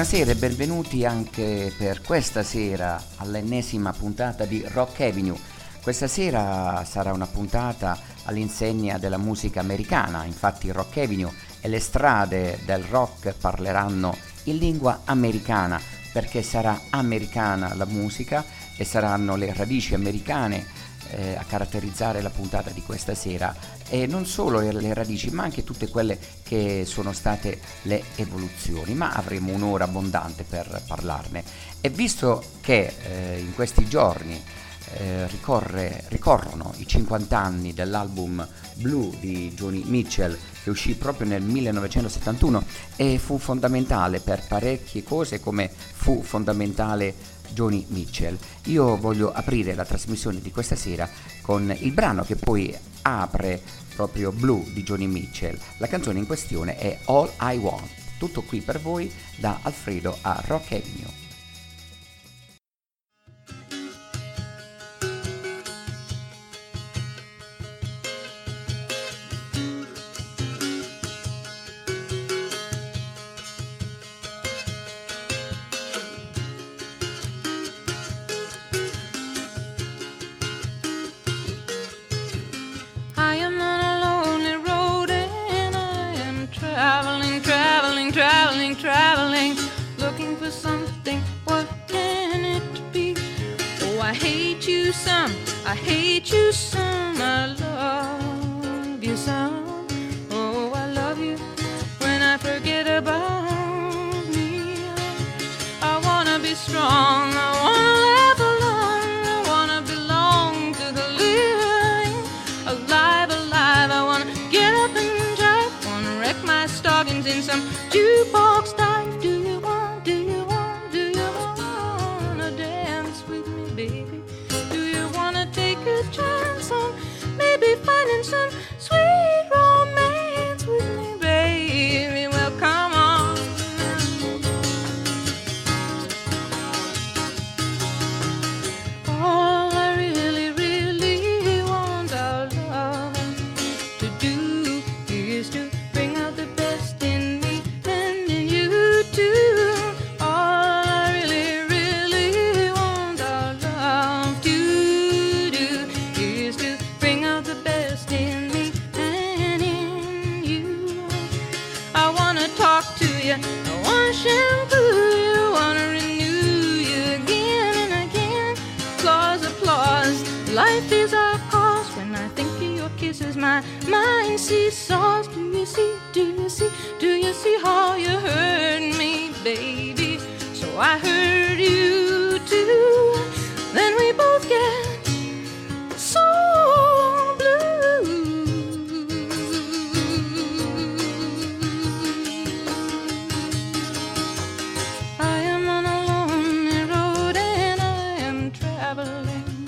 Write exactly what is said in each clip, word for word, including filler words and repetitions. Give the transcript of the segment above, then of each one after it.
Buonasera e benvenuti anche per questa sera all'ennesima puntata di Rock Avenue. Questa sera sarà una puntata all'insegna della musica americana, infatti Rock Avenue e le strade del rock parleranno in lingua americana, perché sarà americana la musica e saranno le radici americane eh, a caratterizzare la puntata di questa sera, e non solo le, le radici ma anche tutte quelle che sono state le evoluzioni, ma avremo un'ora abbondante per parlarne. E visto che eh, in questi giorni eh, ricorre, ricorrono i cinquanta anni dell'album Blue di Joni Mitchell, che uscì proprio nel millenovecentosettantuno e fu fondamentale per parecchie cose, come fu fondamentale Joni Mitchell. Io voglio aprire la trasmissione di questa sera con il brano che poi apre proprio Blue di Joni Mitchell. La canzone in questione è All I Want. Tutto qui per voi da Alfredo a Rock Avenue. Traveling, looking for something, what can it be? Oh, I hate you some, I hate you some, I love you some. Oh, I love you when I forget about me. I wanna be strong, I wanna laugh alone, I wanna belong to the living, alive, alive. I wanna get up and drive, wanna wreck my stockings in some jukebox dive. Do you want, do you want, do you wanna dance with me, baby? Do you wanna take a chance on maybe finding some sweet romance with me, baby? Well, come on. All I really, really want our love to do is to bring out the best in me and in you too. All I really, really want our love to do is to bring out the best in me and in you. I wanna talk to you, I wanna shampoo you, wanna renew you again and again. Applause, applause, life is our cause. When I think of your kisses, my mind seesaws. Do you see, do you see, do you see how you hurt me, baby? So I hurt you too. Then we both get so blue. I am on a lonely road and I am traveling,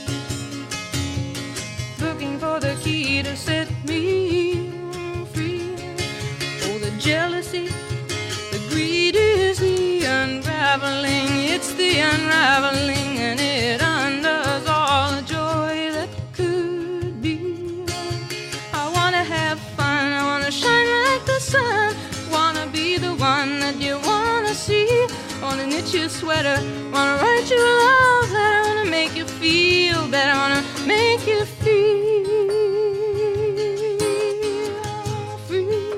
looking for the key to set me free. Oh, the jealousy, the greed is the unraveling. It's the unraveling, and it undoes all the joy that could be. I wanna have fun, I wanna shine like the sun, wanna be the one that you wanna see. Wanna knit your sweater, wanna write you a love letter, wanna make you feel better, wanna make you feel free.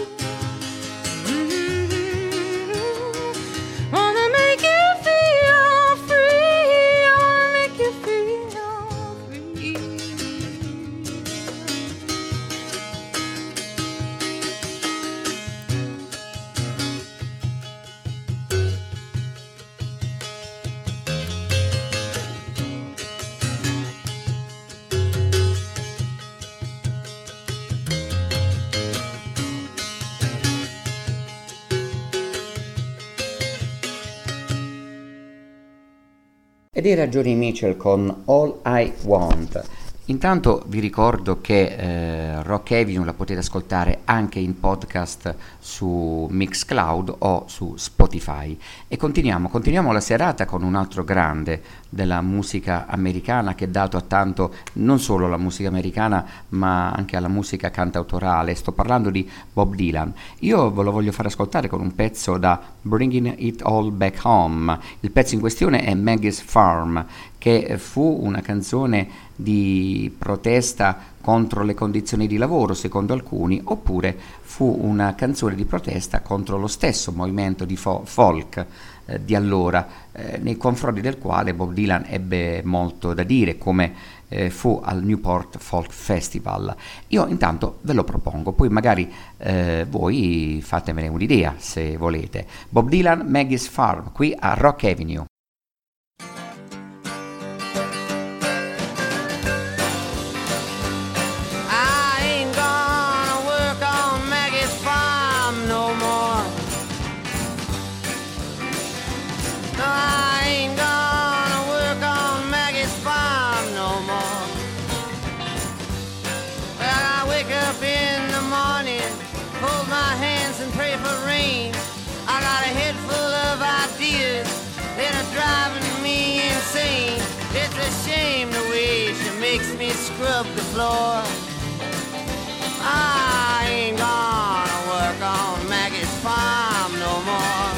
Mm-hmm. Wanna make you feel free, I wanna make you feel free. Ed era Joni Mitchell con All I Want. Intanto vi ricordo che eh, eh, Rock Avenue la potete ascoltare anche in podcast su Mixcloud o su Spotify. E continuiamo, continuiamo la serata con un altro grande della musica americana che è dato a tanto, non solo alla musica americana ma anche alla musica cantautorale. Sto parlando di Bob Dylan. Io ve lo voglio fare ascoltare con un pezzo da Bringing It All Back Home. Il pezzo in questione è Maggie's Farm, che fu una canzone di protesta contro le condizioni di lavoro, secondo alcuni, oppure fu una canzone di protesta contro lo stesso movimento di fo- folk eh, di allora, eh, nei confronti del quale Bob Dylan ebbe molto da dire, come eh, fu al Newport Folk Festival. Io intanto ve lo propongo, poi magari eh, voi fatemene un'idea se volete. Bob Dylan, Maggie's Farm, qui a Rock Avenue. Makes me scrub the floor. I ain't gonna work on Maggie's farm no more.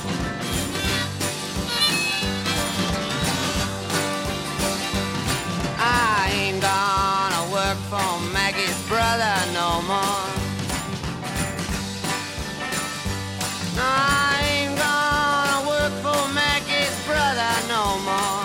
I ain't gonna work for Maggie's brother no more. No, I ain't gonna work for Maggie's brother no more.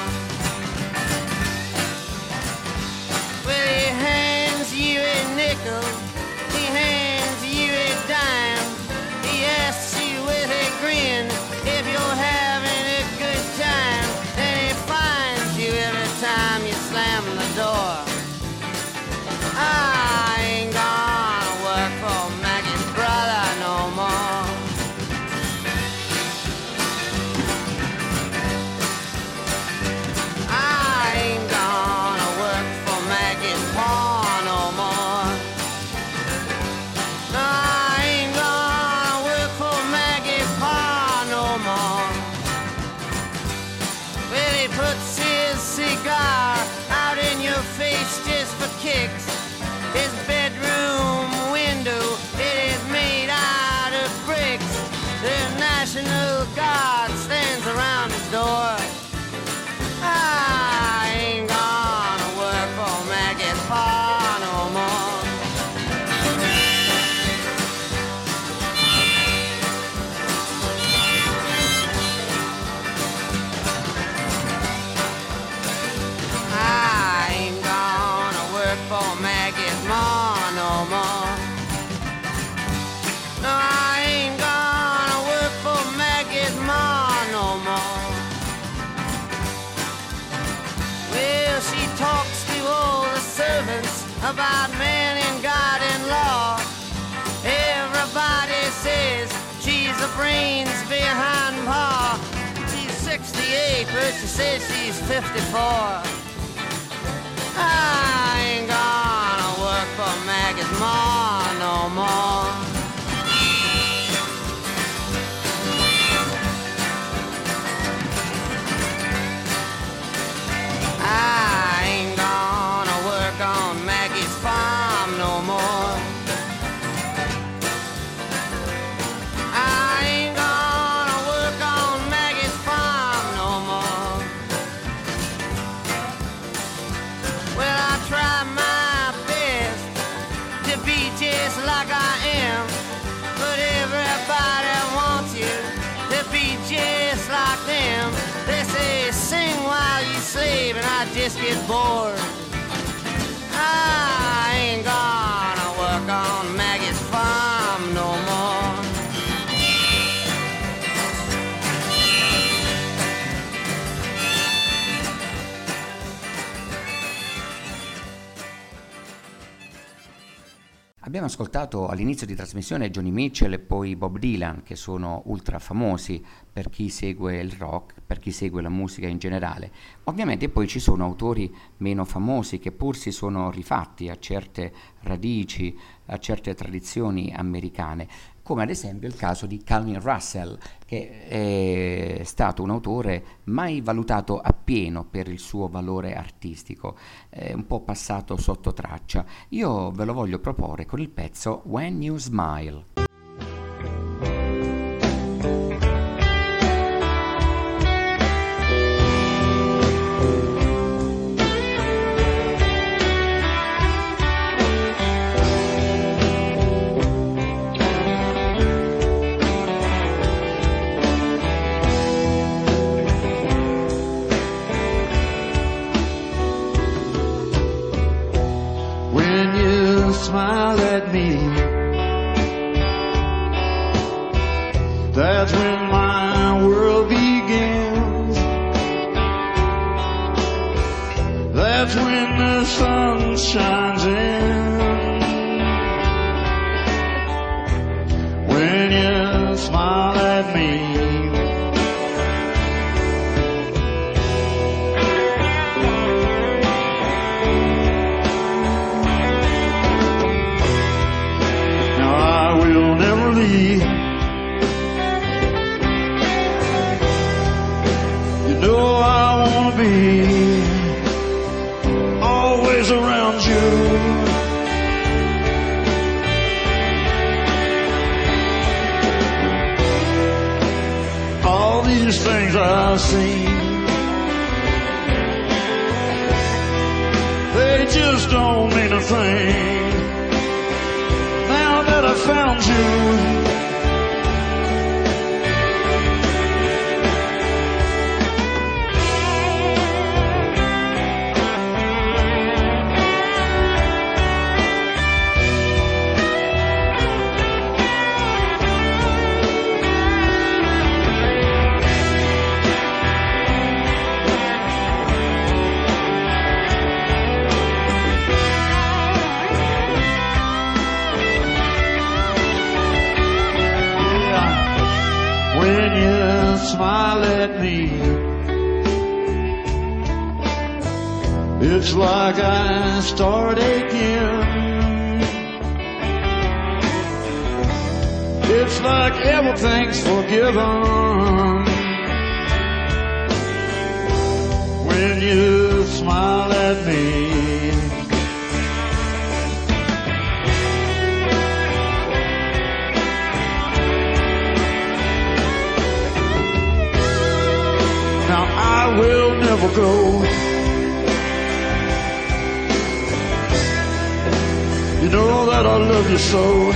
He hands you a dime. He asks you with a grin if you're having a good time. Then he finds you every time you slam the door. I ain't gonna work for Maggie's brother no more. I ain't gonna work for Maggie's paw no more. Out in your face just for kicks. His bedroom window, it is made out of bricks. The National Guard stands around his door. I ain't gonna work for Maggie's pa no more. For Maggie's ma no more. No, I ain't gonna work for Maggie's ma no more. Well, she talks to all the servants about man and God and law. Everybody says she's the brains behind pa. She's sixty-eight, but she says she's fifty-four. I ain't gonna work for Maggie's ma no more. I ain't gonna work on Maggie's farm no more. I ain't gonna work on Maggie's farm no more. Well, I try my best to be just like I am, but everybody wants you to be just like them. They say sing while you slave, and I just get bored. I ain't gonna work on Maggie's farm no more. Abbiamo ascoltato all'inizio di trasmissione Joni Mitchell e poi Bob Dylan, che sono ultra famosi per chi segue il rock, per chi segue la musica in generale. Ovviamente poi ci sono autori meno famosi che pur si sono rifatti a certe radici, a certe tradizioni americane, come ad esempio il caso di Calvin Russell, che è stato un autore mai valutato appieno per il suo valore artistico, è un po' passato sotto traccia. Io ve lo voglio proporre con il pezzo When You Smile. Smile at me. That's when my world begins. That's when the sun shines in. When you smile at me. You know I wanna be always around you. All these things I've seen, they just don't mean a thing now that I found you. Smile at me. It's like I start again. It's like everything's forgiven when you smile at me. I will never go. You know that I love you so,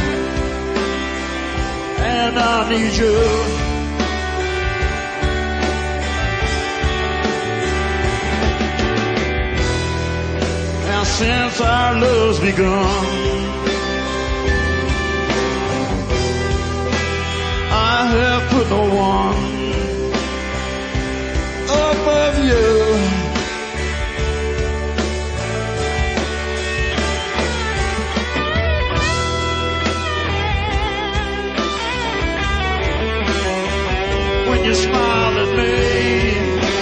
and I need you. Now since our love's begun, I have put no one above you. When you smile at me,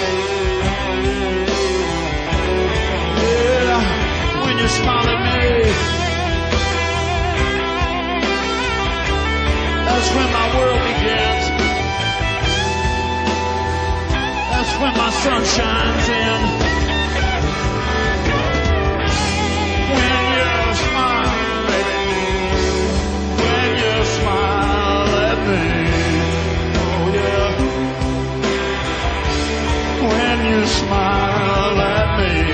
yeah, when you smile at me, that's when my world begins. That's when my sun shines in. When you smile, baby. When you smile at me. Oh yeah. When you smile at me.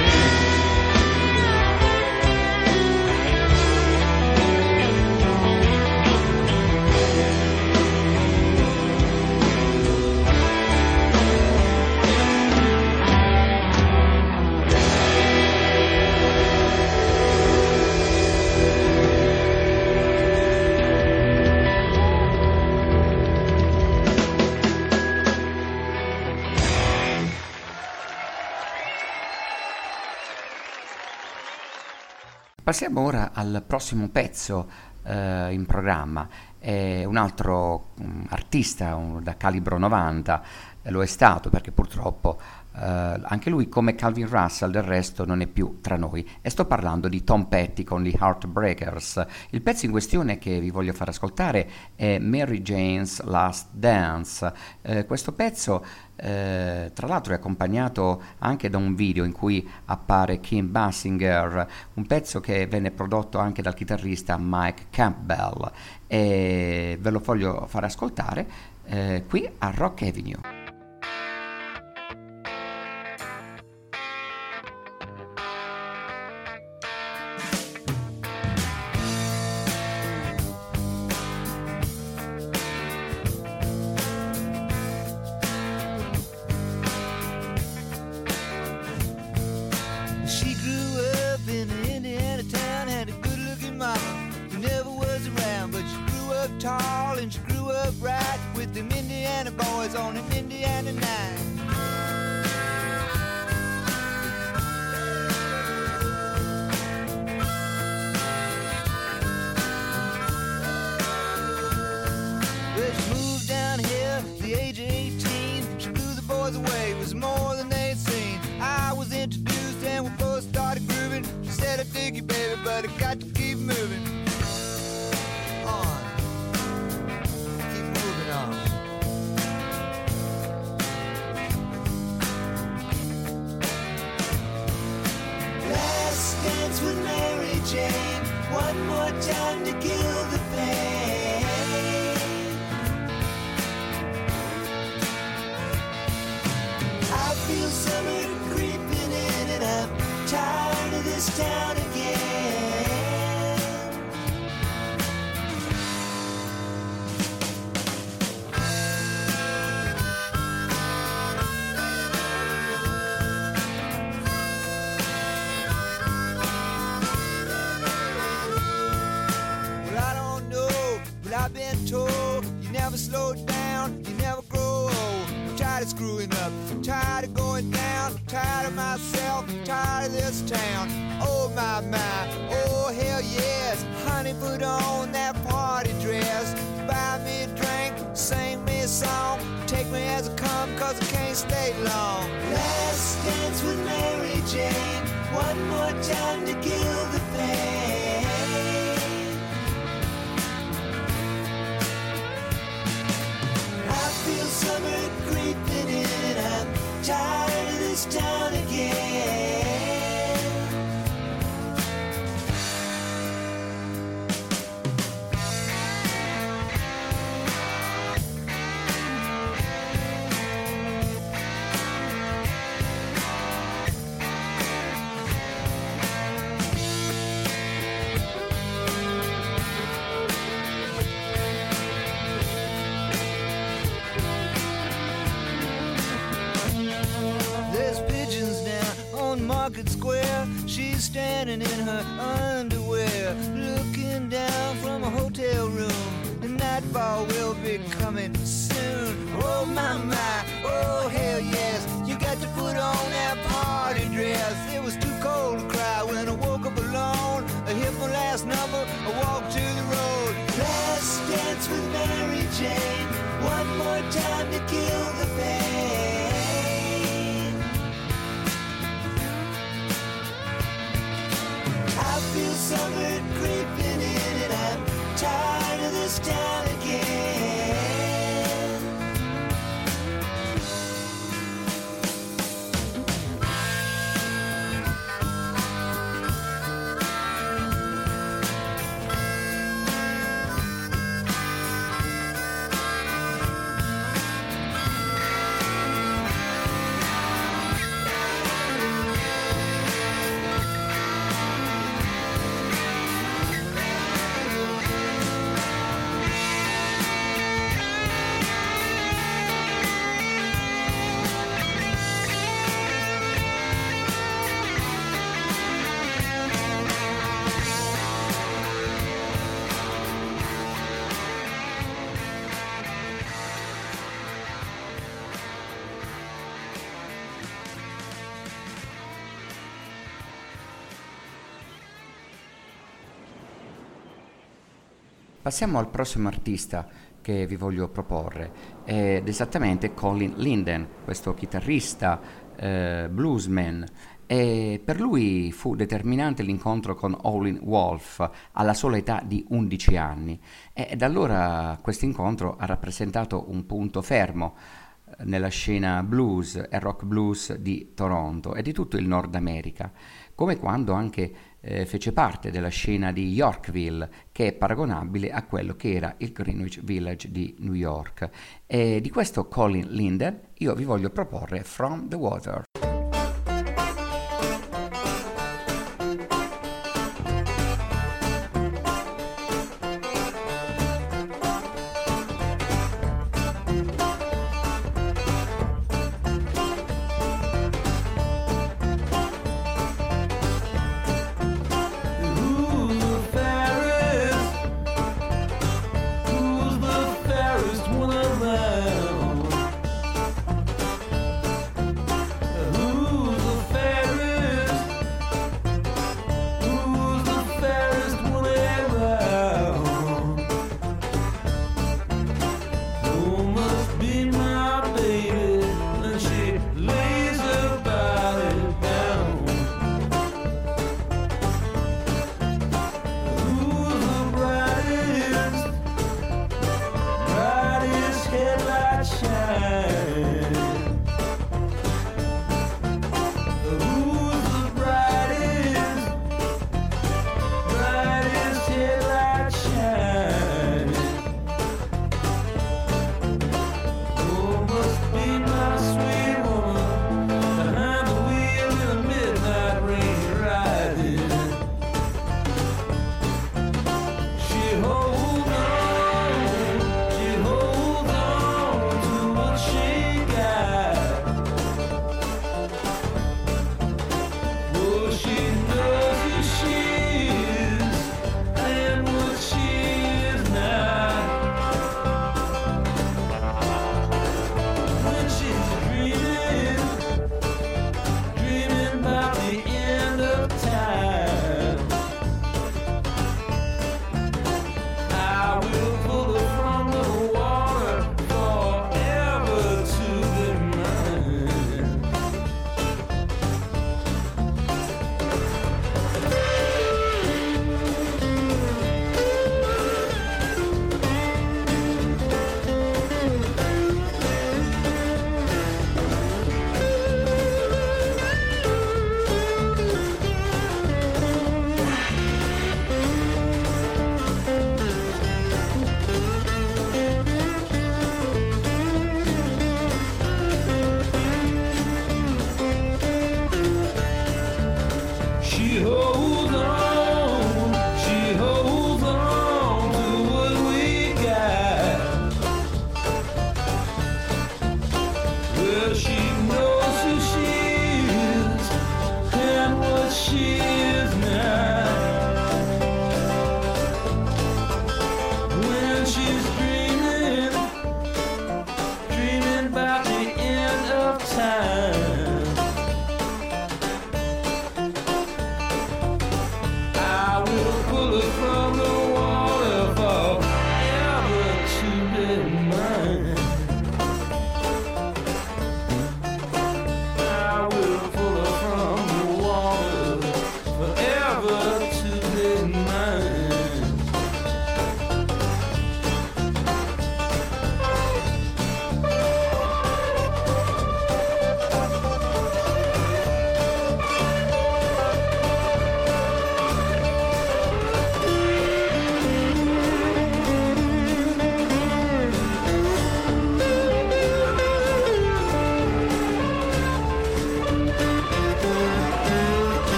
Passiamo ora al prossimo pezzo eh, in programma. È un altro um, artista un, da calibro novanta, eh, lo è stato perché purtroppo eh, anche lui, come Calvin Russell, del resto non è più tra noi. E sto parlando di Tom Petty con gli Heartbreakers. Il pezzo in questione che vi voglio far ascoltare è Mary Jane's Last Dance. Eh, questo pezzo Eh, tra l'altro è accompagnato anche da un video in cui appare Kim Basinger, un pezzo che venne prodotto anche dal chitarrista Mike Campbell, e ve lo voglio fare ascoltare eh, qui a Rock Avenue. Tall and she grew up right with them Indiana boys on an Indiana night. Well, she moved down here at the age of eighteen. She blew the boys away, it was more than they'd seen. I was introduced and we both started grooving. She said, I dig you, baby, but I got to keep moving. With Mary Jane, one more time to kill the pain. I feel summer creeping in and I'm tired of this town again. I've been told you never slow down, you never grow old. I'm tired of screwing up, I'm tired of going down, I'm tired of myself, I'm tired of this town. Oh my, my, oh hell yes. Honey, put on that party dress. Buy me a drink, sing me a song. Take me as I come, cause I can't stay long. Last dance with Mary Jane, one more time to kill the pain. Feel summer creeping in and I'm tired of this town again. Market Square, she's standing in her underwear, looking down from a hotel room. The nightfall will be coming soon. Oh my my, oh hell yes. You got to put on that party dress. It was too cold to cry when I woke up alone. I hit my last number, I walked to the road. Last dance with Mary Jane, one more time to kill the pain. I feel summer creeping in and I'm tired of this town again. Passiamo al prossimo artista che vi voglio proporre, ed esattamente Colin Linden, questo chitarrista, eh, bluesman. E per lui fu determinante l'incontro con Howlin' Wolf alla sola età di undici anni, e da allora questo incontro ha rappresentato un punto fermo nella scena blues e rock blues di Toronto e di tutto il Nord America, come quando anche eh, fece parte della scena di Yorkville, che è paragonabile a quello che era il Greenwich Village di New York. E di questo Colin Linden io vi voglio proporre From the Water.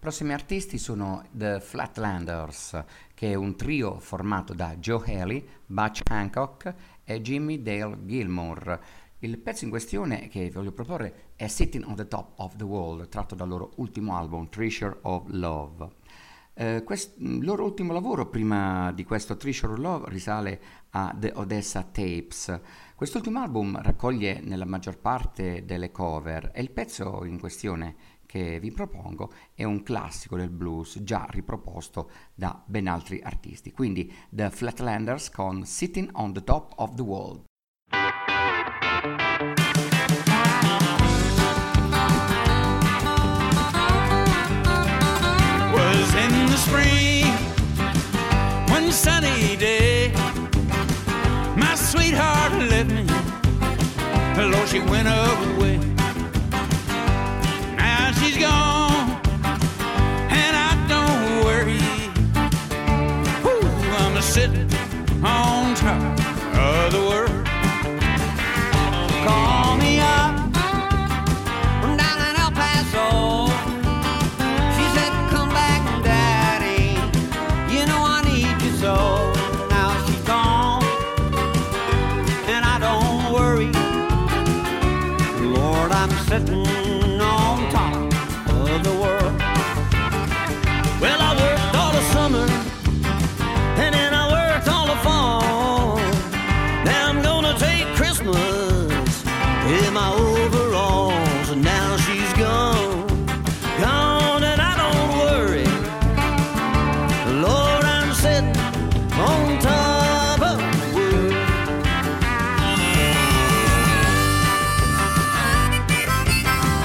prossimi artisti sono The Flatlanders, che è un trio formato da Joe Haley, Butch Hancock e Jimmy Dale Gilmore. Il pezzo in questione che voglio proporre è Sitting on the Top of the World, tratto dal loro ultimo album Treasure of Love. Eh, quest- il loro ultimo lavoro prima di questo Treasure of Love risale a The Odessa Tapes. Quest'ultimo album raccoglie nella maggior parte delle cover e il pezzo in questione che vi propongo è un classico del blues già riproposto da ben altri artisti. Quindi The Flatlanders con Sitting on the Top of the World. Was in the spring, one sunny day, my sweetheart left me, Lord, she went away. Now she's gone, and I don't worry. Whew, I'm sitting on top of the world. Call me up from down in El Paso. She said, come back, Daddy, you know I need you so. Now she's gone, and I don't worry. Lord, I'm sitting on top of the world. Well, I worked all the summer, and then I worked all the fall. Now I'm gonna take Christmas in my overalls, and now she's gone, gone, and I don't worry. Lord, I'm sitting on top of the world.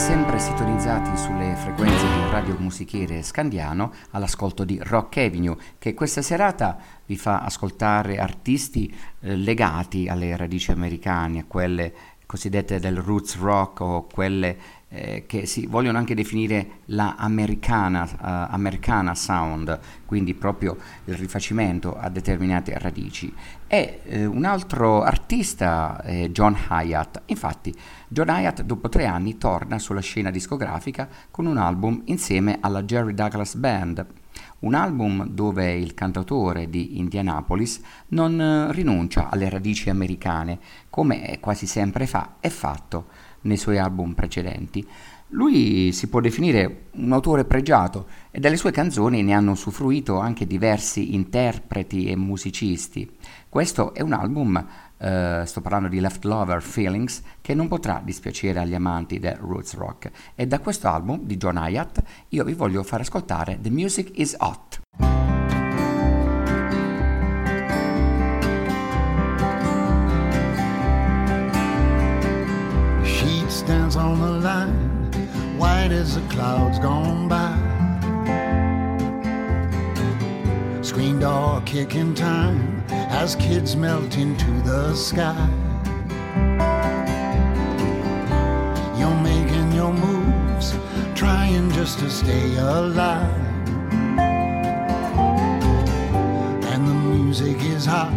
sempre sintonizzati sulle frequenze di Radio Musichiere Scandiano all'ascolto di Rock Avenue, che questa serata vi fa ascoltare artisti eh, legati alle radici americane, a quelle cosiddette del roots rock o quelle eh, che si vogliono anche definire la americana, uh, americana sound, quindi proprio il rifacimento a determinate radici. E eh, un altro artista è John Hiatt. Infatti John Hiatt dopo tre anni torna sulla scena discografica con un album insieme alla Jerry Douglas Band, un album dove il cantautore di Indianapolis non eh, rinuncia alle radici americane, come quasi sempre fa è fatto nei suoi album precedenti. Lui si può definire un autore pregiato e dalle sue canzoni ne hanno usufruito anche diversi interpreti e musicisti. Questo è un album, eh, sto parlando di Left Lover Feelings, che non potrà dispiacere agli amanti del roots rock. E da questo album di John Hiatt io vi voglio far ascoltare The Music is Hot. Sheet stands on the line, white as the clouds gone by. Screen door kicking time as kids melt into the sky. You're making your moves, trying just to stay alive. And the music is hot.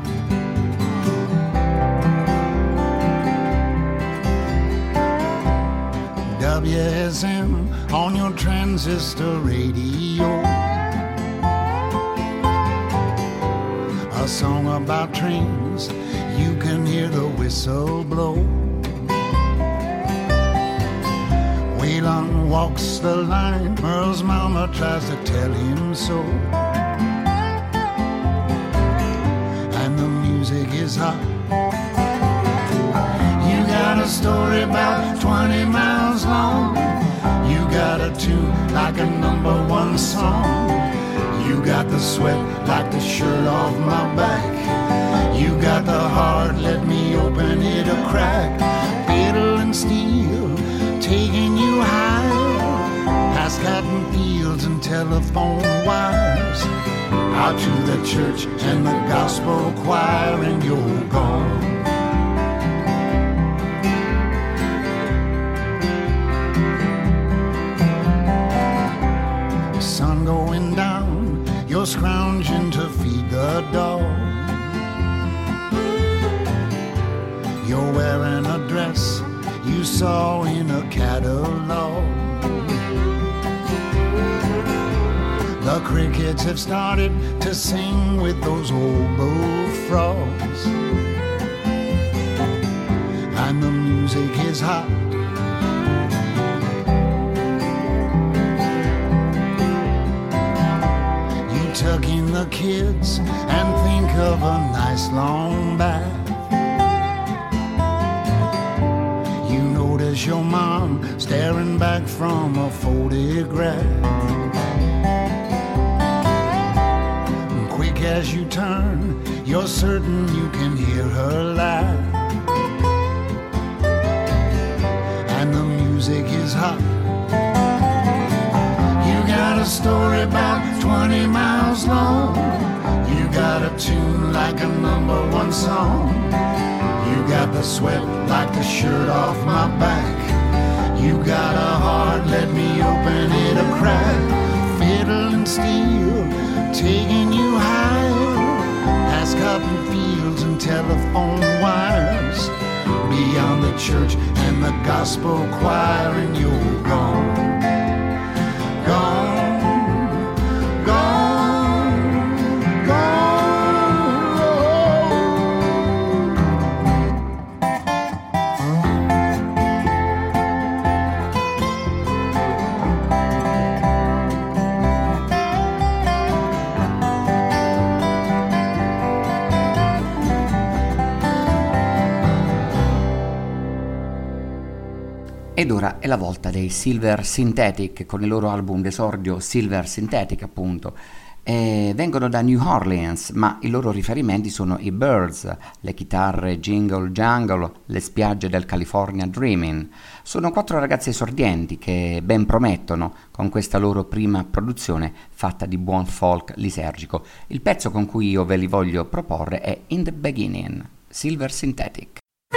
W S M on your transistor radio. A song about trains, you can hear the whistle blow. Waylon walks the line, Merle's mama tries to tell him so. And the music is hot. You got a story about twenty miles long. You got a tune like a number one song. You got the sweat like the shirt off my back. You got the heart, let me open it a crack. Fiddle and steel, taking you higher, past cotton fields and telephone wires, out to the church and the gospel choir, and you're gone. Sun going down, you're scrounging to feed the dog. You're wearing a dress you saw in a catalog. The crickets have started to sing with those old bullfrogs, and the music is hot. You tuck in the kids and think of a nice long bath. Notice your mom staring back from a photograph. Quick as you turn, you're certain you can hear her laugh. And the music is hot. You got a story about twenty miles long. You got a tune like a number one song. You got the sweat like the shirt off my back. You got a heart, let me open it a crack. Fiddle and steel, taking you higher, past cotton fields and telephone wires, beyond the church and the gospel choir, and you're gone, gone. Ed ora è la volta dei Silver Synthetic con il loro album d'esordio Silver Synthetic, appunto. Eh, vengono da New Orleans, ma i loro riferimenti sono i Byrds, le chitarre Jingle Jangle, le spiagge del California Dreaming. Sono quattro ragazzi esordienti che ben promettono con questa loro prima produzione fatta di buon folk lisergico. Il pezzo con cui io ve li voglio proporre è In the Beginning, Silver Synthetic.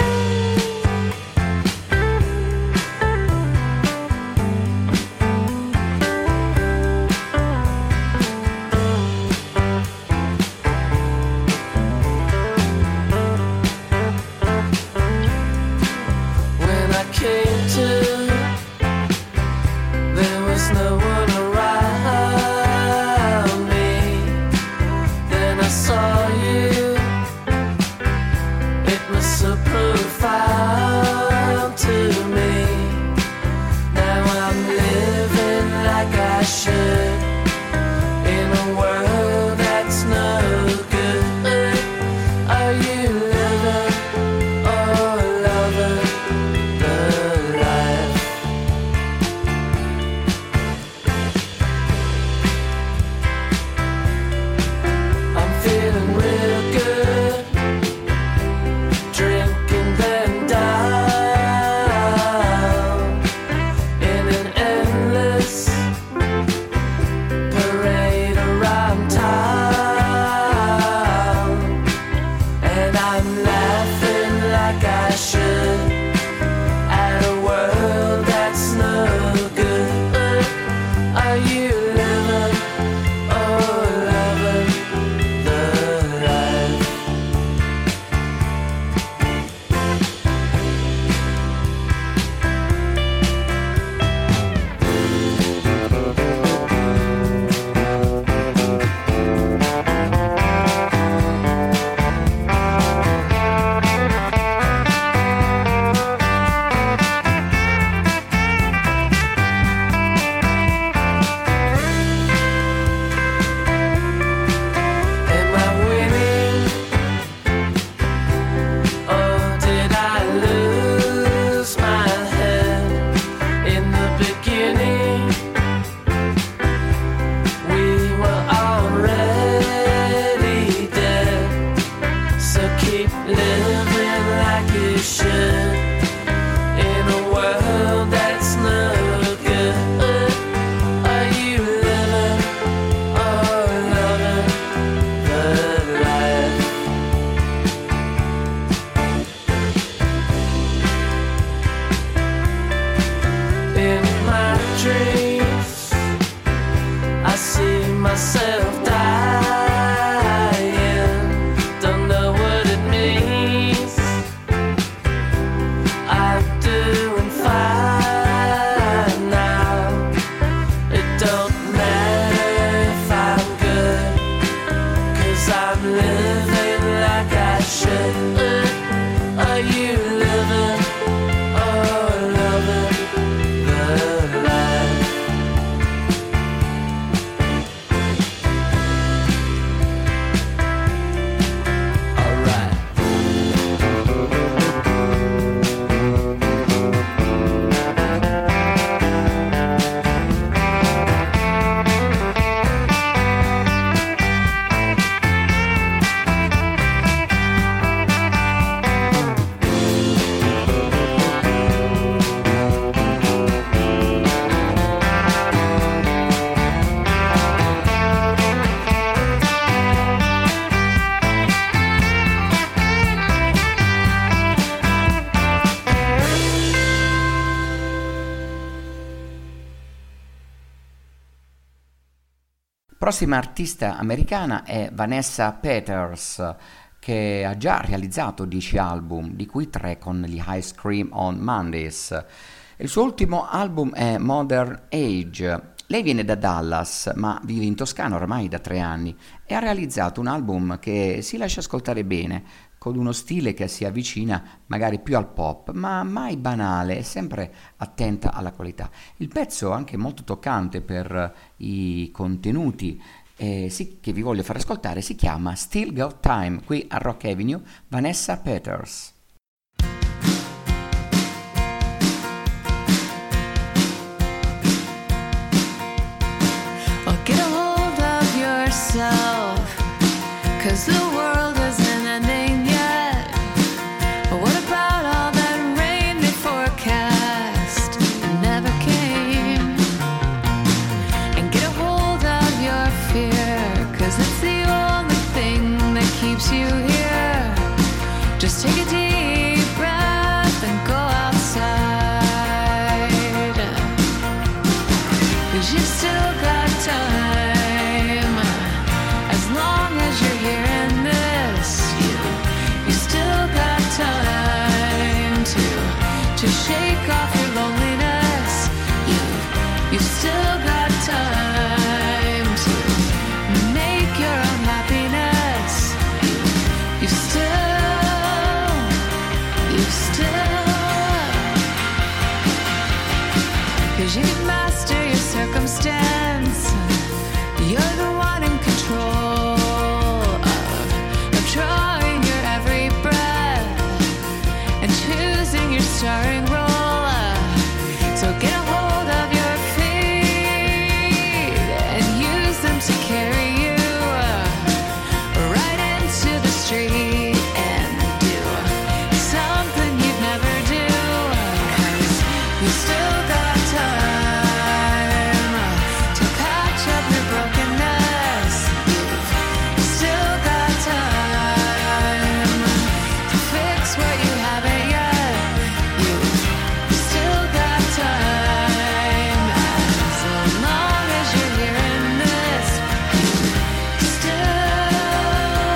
Prossima artista americana è Vanessa Peters, che ha già realizzato dieci album, di cui tre con gli Ice Cream on Mondays. Il suo ultimo album è Modern Age. Lei viene da Dallas, ma vive in Toscana ormai da tre anni e ha realizzato un album che si lascia ascoltare bene, con uno stile che si avvicina magari più al pop, ma mai banale, e sempre attenta alla qualità. Il pezzo è anche molto toccante per i contenuti eh, sì, che vi voglio far ascoltare, si chiama Still Got Time, qui a Rock Avenue, Vanessa Peters. Get a hold of yourself. 'cause the world isn't ending yet. But what about all that rain they forecast and never came? And get a hold of your fear, 'cause it's the only thing that keeps you here. Just take a deep breath and go outside, 'cause you've still got time. As long as you're hearing this, you you still got time to to shake off your loneliness. You you still got time to make your own happiness. You you still you still 'cause you can master your circumstance. You're the one in control of, of drawing your every breath and choosing your starring role. So get a hold of your feet and use them to carry you right into the street and do something you'd never do, 'cause you still got time to patch up your brokenness. You've still got time to fix what you haven't yet. You've still got time. As long as you're hearing this, you still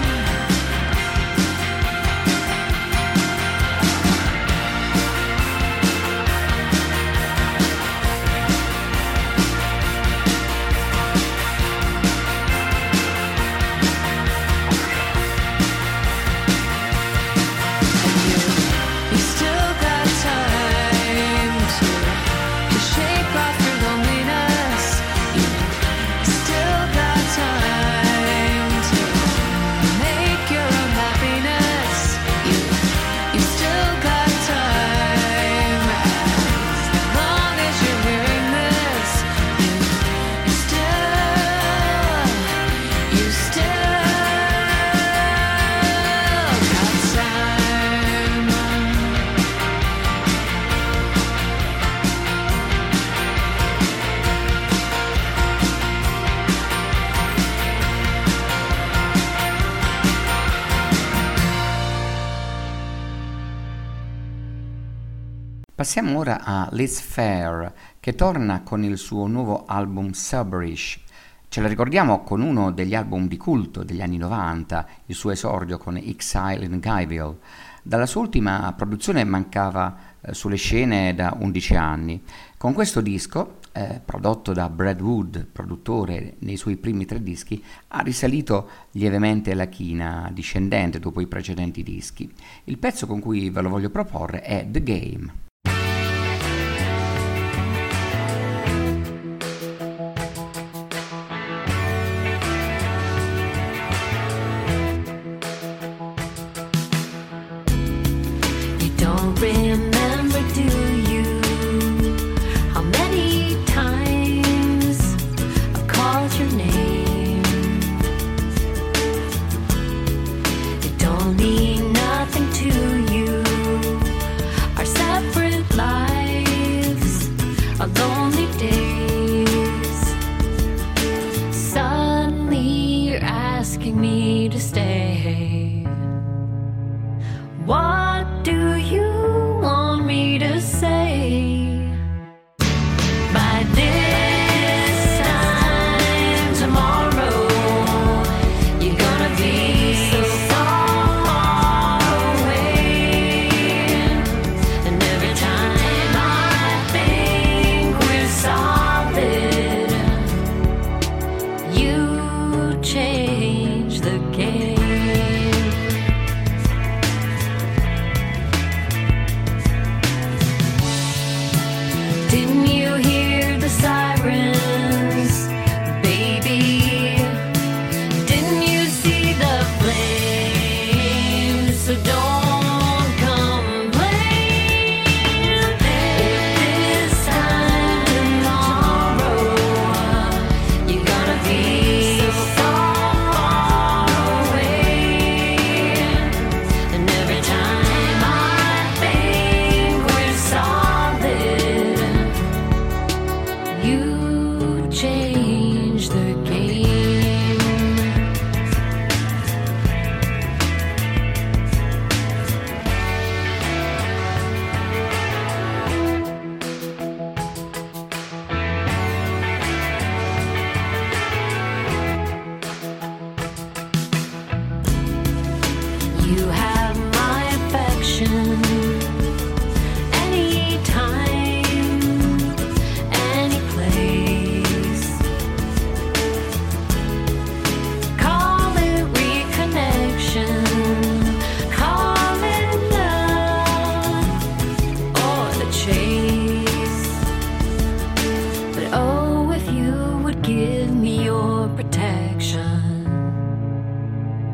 You still got time to, to shake off your loneliness. You still got time to make your own happiness. You you still got time. As long as you're hearing this, you you still you still got time. Passiamo ora a Liz Phair, che torna con il suo nuovo album Soberish. Ce la ricordiamo con uno degli album di culto degli anni novanta, il suo esordio con Exile in Guyville. Dalla sua ultima produzione mancava eh, sulle scene da undici anni. Con questo disco, eh, prodotto da Brad Wood, produttore nei suoi primi tre dischi, ha risalito lievemente la china discendente dopo i precedenti dischi. Il pezzo con cui ve lo voglio proporre è The Game. You don't remember, do you, how many times I've called your name? It don't mean nothing to you, our separate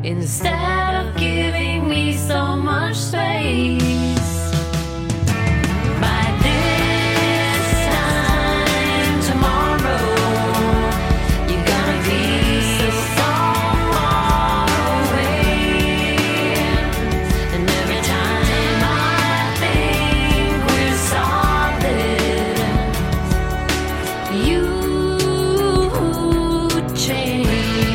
instead of giving me so much space. By this time tomorrow, you're gonna be so far away. And every time I think we're solid, you change.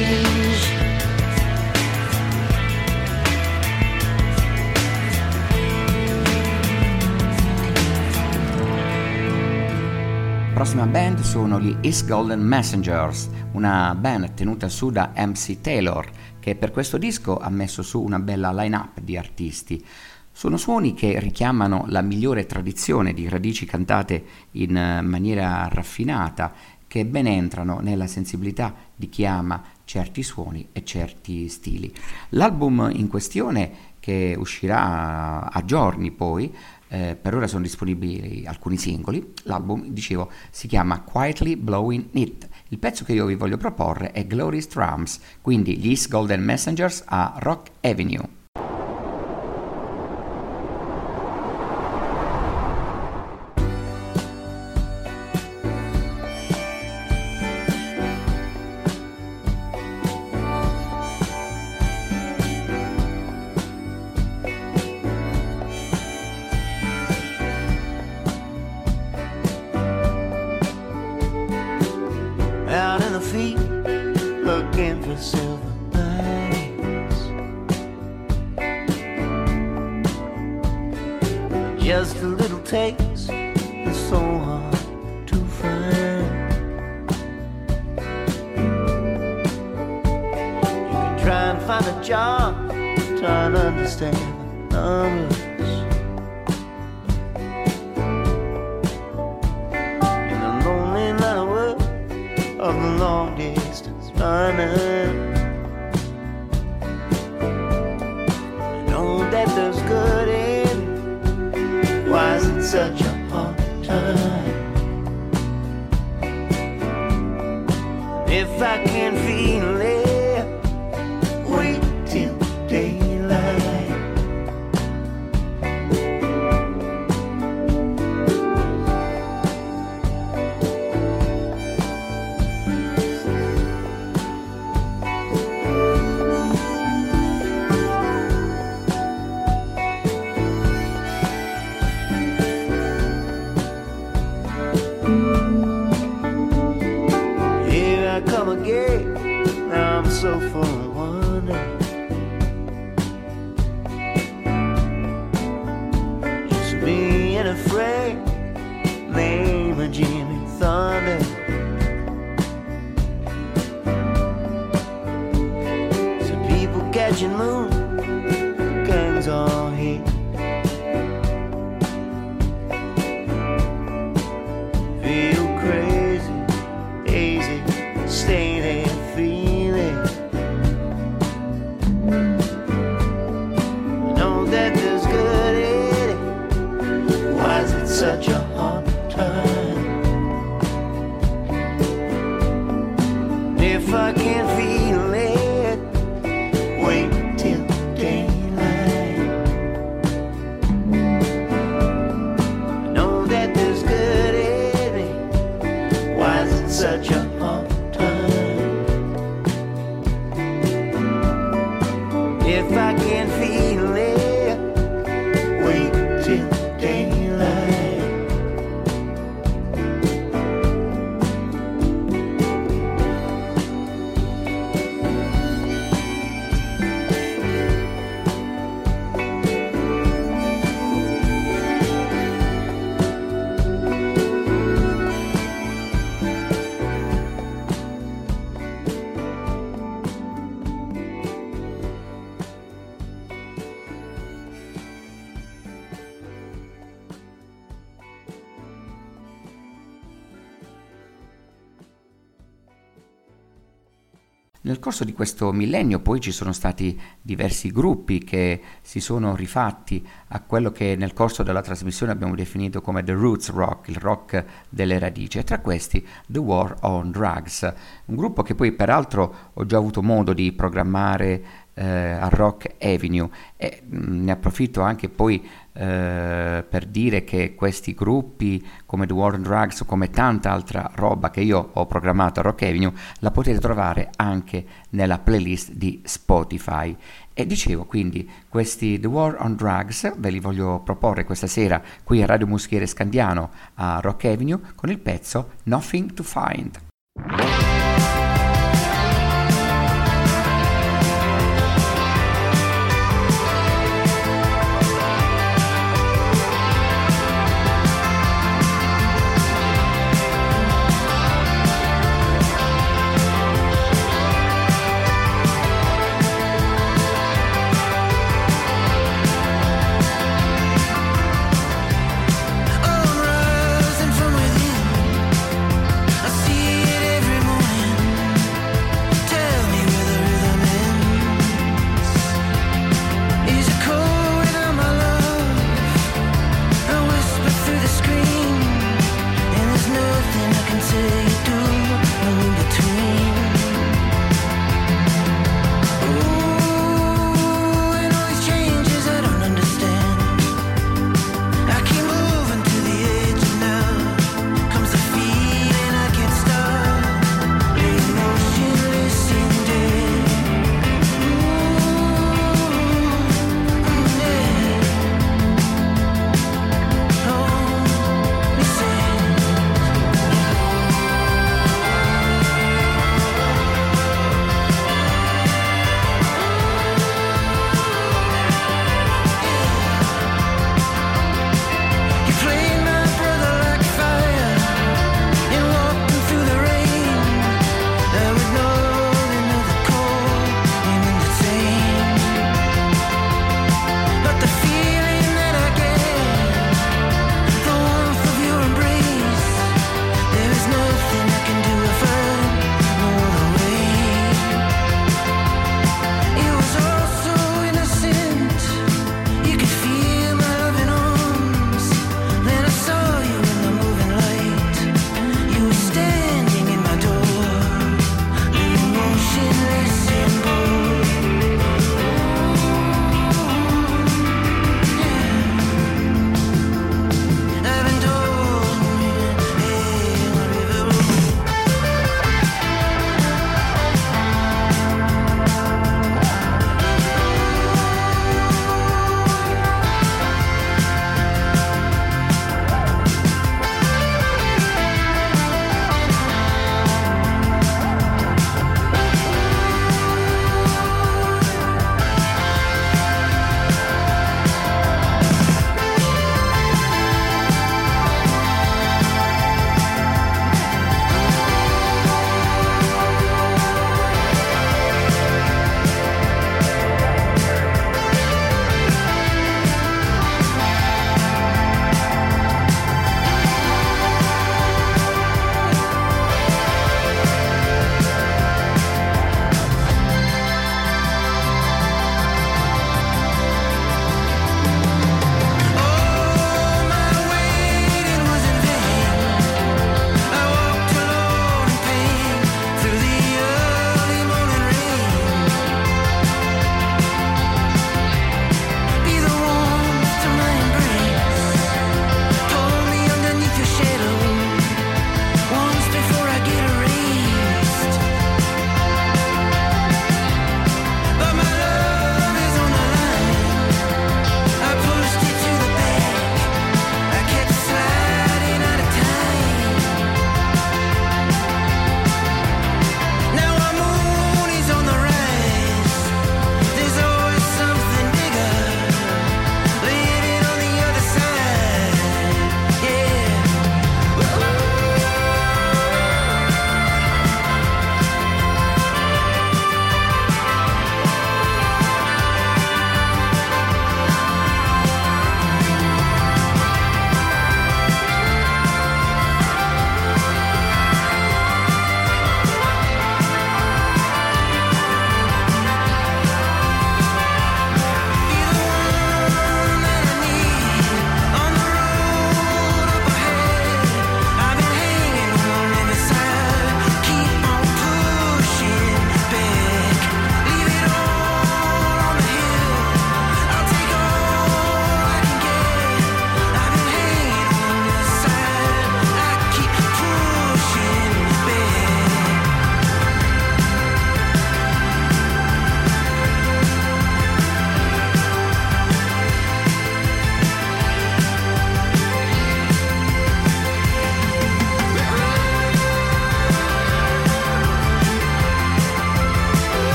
La prossima band sono gli East Golden Messengers, una band tenuta su da M C Taylor, che per questo disco ha messo su una bella line-up di artisti. Sono suoni che richiamano la migliore tradizione di radici cantate in maniera raffinata, che ben entrano nella sensibilità di chi ama certi suoni e certi stili. L'album in questione, che uscirà a giorni poi, eh, per ora sono disponibili alcuni singoli. L'album, dicevo, si chiama Quietly Blowing It. Il pezzo che io vi voglio proporre è Glorious Drums, quindi gli East Golden Messengers a Rock Avenue. Out in the field, looking for silver linings. Just a little taste is so hard to find. You can try and find a job, try to understand the numbers. In the lonely night world of the long distance running, I know that there's good in it. Why is it such a hard time? If I can feel it, wait till daylight. I'm so full of wonder. Just being afraid, name of Jimmy Thunder. Some people catching moon, gangs all here. Feel crazy, easy, stay there. Such a hard time. If I can't feel it, wait till daylight. I know that there's good in it. Why is it such a hard time? If I can't feel it, wait till daylight. Nel corso di questo millennio poi ci sono stati diversi gruppi che si sono rifatti a quello che nel corso della trasmissione abbiamo definito come the roots rock, il rock delle radici, e tra questi The War on Drugs, un gruppo che poi peraltro ho già avuto modo di programmare eh, a Rock Avenue. E mh, ne approfitto anche poi eh, per dire che questi gruppi come The War on Drugs o come tanta altra roba che io ho programmato a Rock Avenue la potete trovare anche nella playlist di Spotify. E dicevo, quindi, questi The War on Drugs ve li voglio proporre questa sera qui a Radio Muschiere Scandiano a Rock Avenue con il pezzo Nothing to Find. Oh, rising from within, I see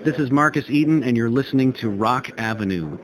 This is Marcus Eden, and you're listening to Rock Avenue.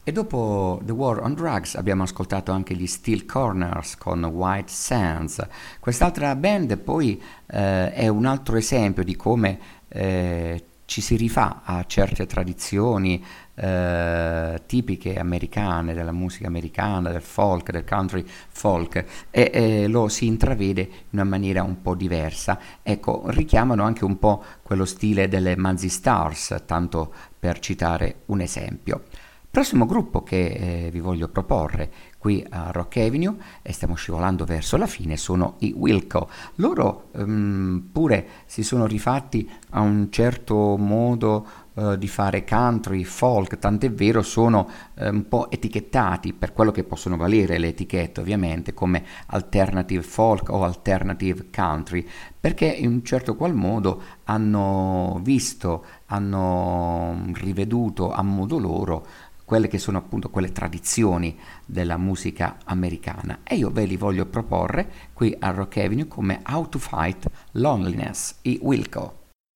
E dopo The War on Drugs abbiamo ascoltato anche gli Steel Corners con White Sands. Quest'altra band poi eh, è un altro esempio di come eh, ci si rifà a certe tradizioni eh, tipiche americane, della musica americana, del folk, del country folk, e eh, lo si intravede in una maniera un po' diversa. Ecco, richiamano anche un po' quello stile delle Mazzy Stars, tanto per citare un esempio. Prossimo gruppo che eh, vi voglio proporre qui a Rock Avenue, e stiamo scivolando verso la fine, sono i Wilco. Loro um, pure si sono rifatti a un certo modo uh, di fare country, folk, tant'è vero sono uh, un po' etichettati, per quello che possono valere le etichette ovviamente, come alternative folk o alternative country, perché in un certo qual modo hanno visto, hanno riveduto a modo loro quelle che sono appunto quelle tradizioni della musica americana, e io ve li voglio proporre qui a Rock Avenue come How to Fight Loneliness, i Wilco.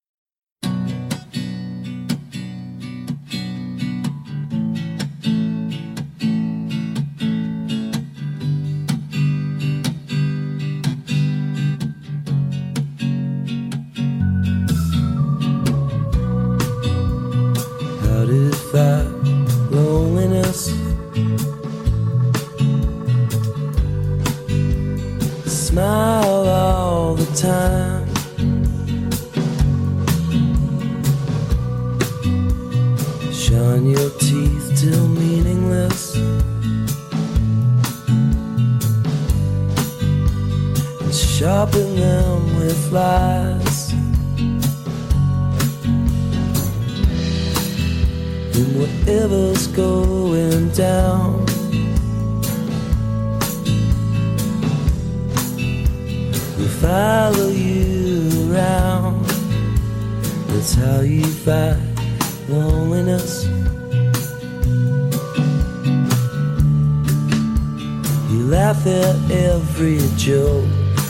How to fight loneliness, smile all the time, shine your teeth till meaningless, and sharpen them with lies. And whatever's going down, we'll follow you around. That's how you fight loneliness. You laugh at every joke,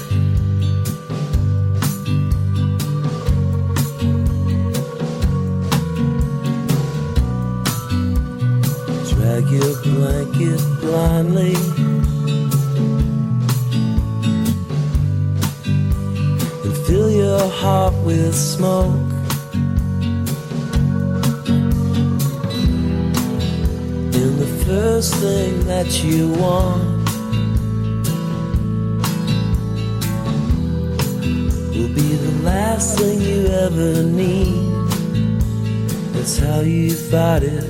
drag your blanket blindly, and fill your heart with smoke. And the first thing that you want will be the last thing you ever need. That's how you fight it.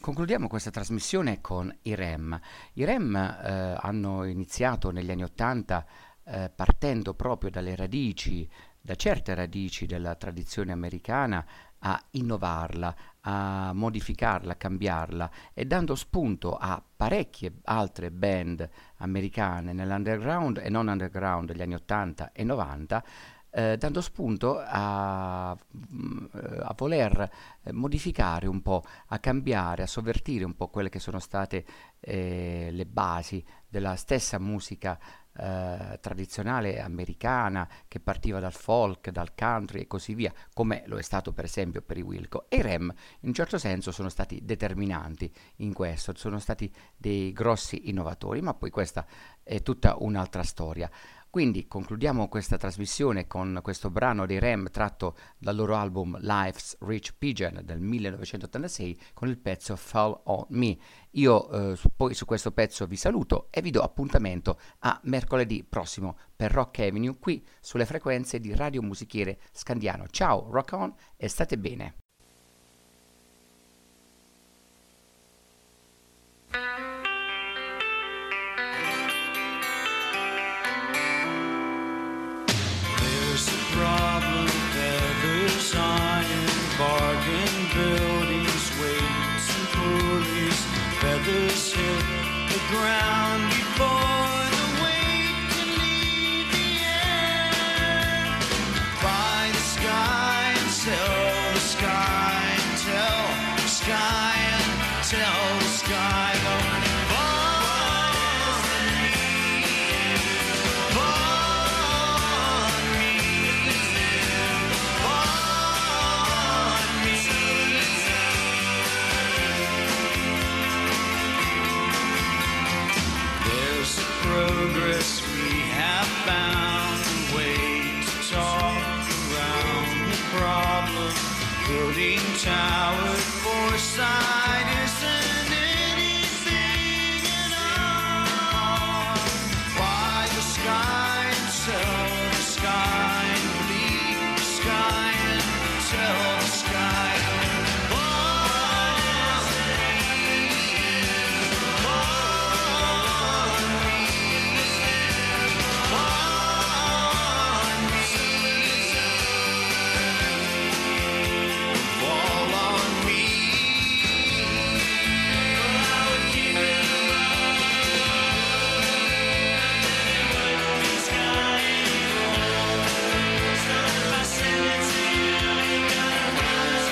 Concludiamo questa trasmissione con i Rem. I Rem eh, hanno iniziato negli anni Ottanta eh, partendo proprio dalle radici, da certe radici della tradizione americana, a innovarla, a modificarla, a cambiarla e dando spunto a parecchie altre band americane nell'underground e non underground degli anni Ottanta e novanta, Eh, dando spunto a, a voler modificare un po', a cambiare, a sovvertire un po' quelle che sono state eh, le basi della stessa musica eh, tradizionale americana, che partiva dal folk, dal country e così via, come lo è stato per esempio per i Wilco. E i Rem in un certo senso sono stati determinanti in questo, sono stati dei grossi innovatori, ma poi questa è tutta un'altra storia. Quindi concludiamo questa trasmissione con questo brano dei Rem tratto dal loro album Life's Rich Pigeon del millenovecentottantasei con il pezzo Fall on Me. Io eh, su, poi su questo pezzo vi saluto e vi do appuntamento a mercoledì prossimo per Rock Avenue qui sulle frequenze di Radio Musichiere Scandiano. Ciao, rock on e state bene. Problem, feathers, iron, bargain, buildings, weights and pulleys. Feathers hit the ground before the weight can leave the air. Buy the sky and sell the sky and tell the sky and tell the sky. Progress we have found a way to talk around the problem. Building towers foresight isn't anything at all. Why the sky and sell the sky and bleed the sky and tell the sky.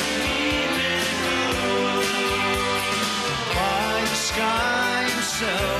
So